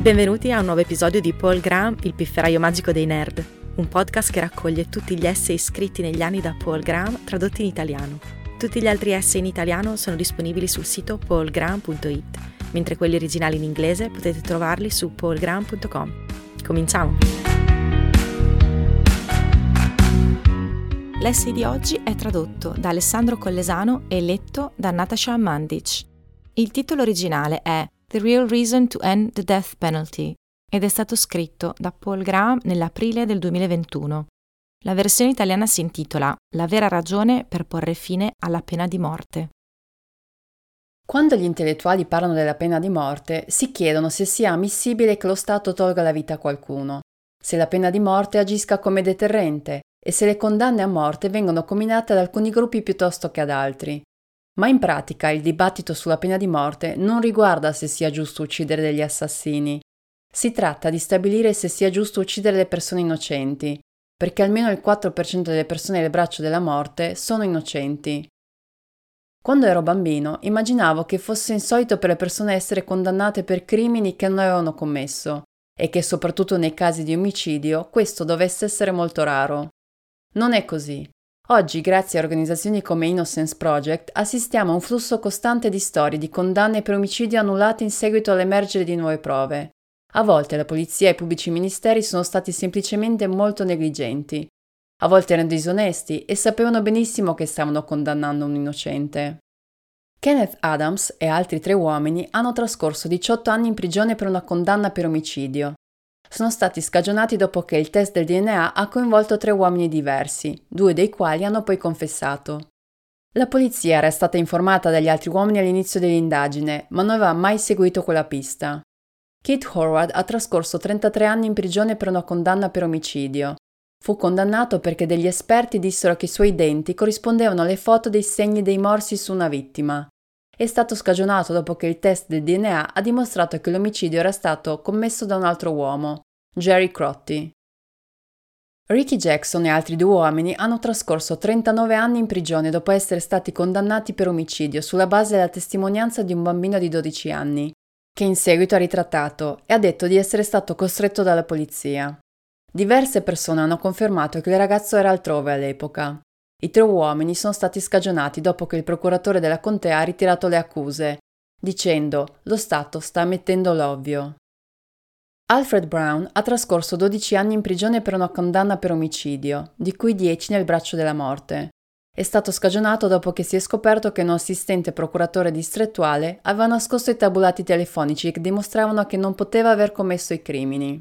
Benvenuti a un nuovo episodio di Paul Graham, il pifferaio magico dei nerd, un podcast che raccoglie tutti gli essay scritti negli anni da Paul Graham tradotti in italiano. Tutti gli altri essay in italiano sono disponibili sul sito paulgraham.it, mentre quelli originali in inglese potete trovarli su paulgraham.com. Cominciamo! L'essay di oggi è tradotto da Alessandro Collesano e letto da Natasha Mandic. Il titolo originale è The Real Reason to End the Death Penalty ed è stato scritto da Paul Graham nell'aprile del 2021. La versione italiana si intitola La vera ragione per porre fine alla pena di morte. Quando gli intellettuali parlano della pena di morte, si chiedono se sia ammissibile che lo Stato tolga la vita a qualcuno, se la pena di morte agisca come deterrente e se le condanne a morte vengono comminate ad alcuni gruppi piuttosto che ad altri. Ma in pratica il dibattito sulla pena di morte non riguarda se sia giusto uccidere degli assassini. Si tratta di stabilire se sia giusto uccidere le persone innocenti, perché almeno il 4% delle persone del braccio della morte sono innocenti. Quando ero bambino immaginavo che fosse insolito per le persone essere condannate per crimini che non avevano commesso e che soprattutto nei casi di omicidio questo dovesse essere molto raro. Non è così. Oggi, grazie a organizzazioni come Innocence Project, assistiamo a un flusso costante di storie di condanne per omicidio annullate in seguito all'emergere di nuove prove. A volte la polizia e i pubblici ministeri sono stati semplicemente molto negligenti. A volte erano disonesti e sapevano benissimo che stavano condannando un innocente. Kenneth Adams e altri 3 uomini hanno trascorso 18 anni in prigione per una condanna per omicidio. Sono stati scagionati dopo che il test del DNA ha coinvolto 3 uomini diversi, 2 dei quali hanno poi confessato. La polizia era stata informata dagli altri uomini all'inizio dell'indagine, ma non aveva mai seguito quella pista. Keith Horvath ha trascorso 33 anni in prigione per una condanna per omicidio. Fu condannato perché degli esperti dissero che i suoi denti corrispondevano alle foto dei segni dei morsi su una vittima. È stato scagionato dopo che il test del DNA ha dimostrato che l'omicidio era stato commesso da un altro uomo, Jerry Crotty. Ricky Jackson e altri 2 uomini hanno trascorso 39 anni in prigione dopo essere stati condannati per omicidio sulla base della testimonianza di un bambino di 12 anni, che in seguito ha ritrattato e ha detto di essere stato costretto dalla polizia. Diverse persone hanno confermato che il ragazzo era altrove all'epoca. I 3 uomini sono stati scagionati dopo che il procuratore della contea ha ritirato le accuse, dicendo «Lo Stato sta ammettendo l'ovvio». Alfred Brown ha trascorso 12 anni in prigione per una condanna per omicidio, di cui 10 nel braccio della morte. È stato scagionato dopo che si è scoperto che un assistente procuratore distrettuale aveva nascosto i tabulati telefonici che dimostravano che non poteva aver commesso i crimini.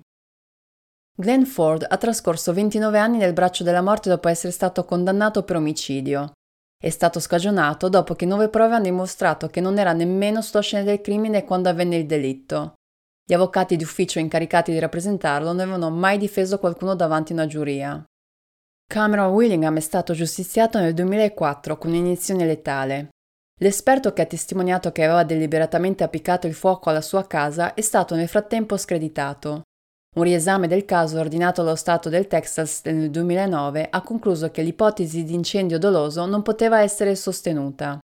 Glenn Ford ha trascorso 29 anni nel braccio della morte dopo essere stato condannato per omicidio. È stato scagionato dopo che 9 prove hanno dimostrato che non era nemmeno sulla scena del crimine quando avvenne il delitto. Gli avvocati di ufficio incaricati di rappresentarlo non avevano mai difeso qualcuno davanti a una giuria. Cameron Willingham è stato giustiziato nel 2004 con un'iniezione letale. L'esperto che ha testimoniato che aveva deliberatamente appiccato il fuoco alla sua casa è stato nel frattempo screditato. Un riesame del caso ordinato dallo Stato del Texas nel 2009 ha concluso che l'ipotesi di incendio doloso non poteva essere sostenuta.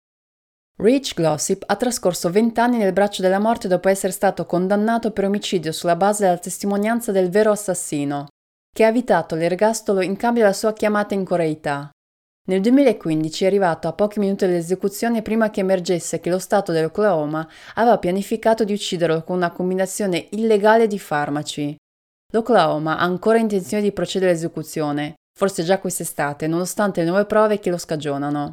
Rich Glossip ha trascorso 20 anni nel braccio della morte dopo essere stato condannato per omicidio sulla base della testimonianza del vero assassino, che ha evitato l'ergastolo in cambio della sua chiamata in correità. Nel 2015 è arrivato a pochi minuti dall'esecuzione prima che emergesse che lo Stato dell'Oklahoma aveva pianificato di ucciderlo con una combinazione illegale di farmaci. L'Oklahoma ha ancora intenzione di procedere all'esecuzione, forse già quest'estate, nonostante le nuove prove che lo scagionano.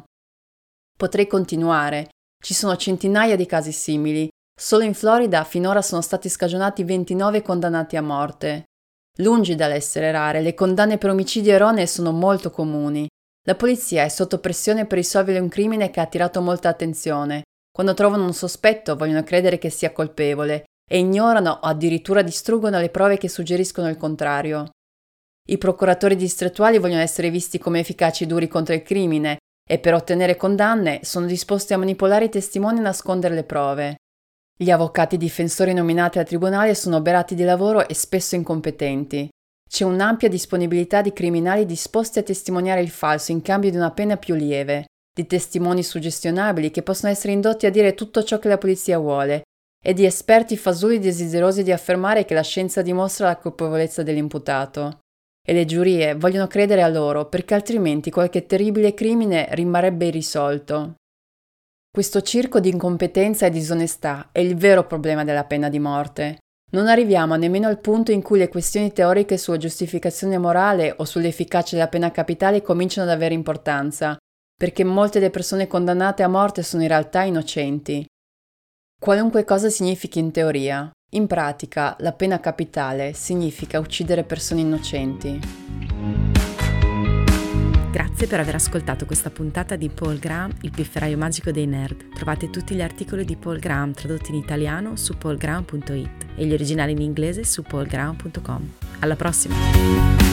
Potrei continuare. Ci sono centinaia di casi simili. Solo in Florida finora sono stati scagionati 29 condannati a morte. Lungi dall'essere rare, le condanne per omicidio erronee sono molto comuni. La polizia è sotto pressione per risolvere un crimine che ha attirato molta attenzione. Quando trovano un sospetto vogliono credere che sia colpevole e ignorano o addirittura distruggono le prove che suggeriscono il contrario. I procuratori distrettuali vogliono essere visti come efficaci e duri contro il crimine e per ottenere condanne sono disposti a manipolare i testimoni e nascondere le prove. Gli avvocati difensori nominati al tribunale sono oberati di lavoro e spesso incompetenti. C'è un'ampia disponibilità di criminali disposti a testimoniare il falso in cambio di una pena più lieve, di testimoni suggestionabili che possono essere indotti a dire tutto ciò che la polizia vuole e di esperti fasulli desiderosi di affermare che la scienza dimostra la colpevolezza dell'imputato. E le giurie vogliono credere a loro perché altrimenti qualche terribile crimine rimarrebbe irrisolto. Questo circo di incompetenza e disonestà è il vero problema della pena di morte. Non arriviamo nemmeno al punto in cui le questioni teoriche sulla giustificazione morale o sull'efficacia della pena capitale cominciano ad avere importanza, perché molte delle persone condannate a morte sono in realtà innocenti. Qualunque cosa significhi in teoria, in pratica la pena capitale significa uccidere persone innocenti. Grazie per aver ascoltato questa puntata di Paul Graham, il pifferaio magico dei nerd. Trovate tutti gli articoli di Paul Graham tradotti in italiano su paulgraham.it e gli originali in inglese su paulgraham.com. Alla prossima!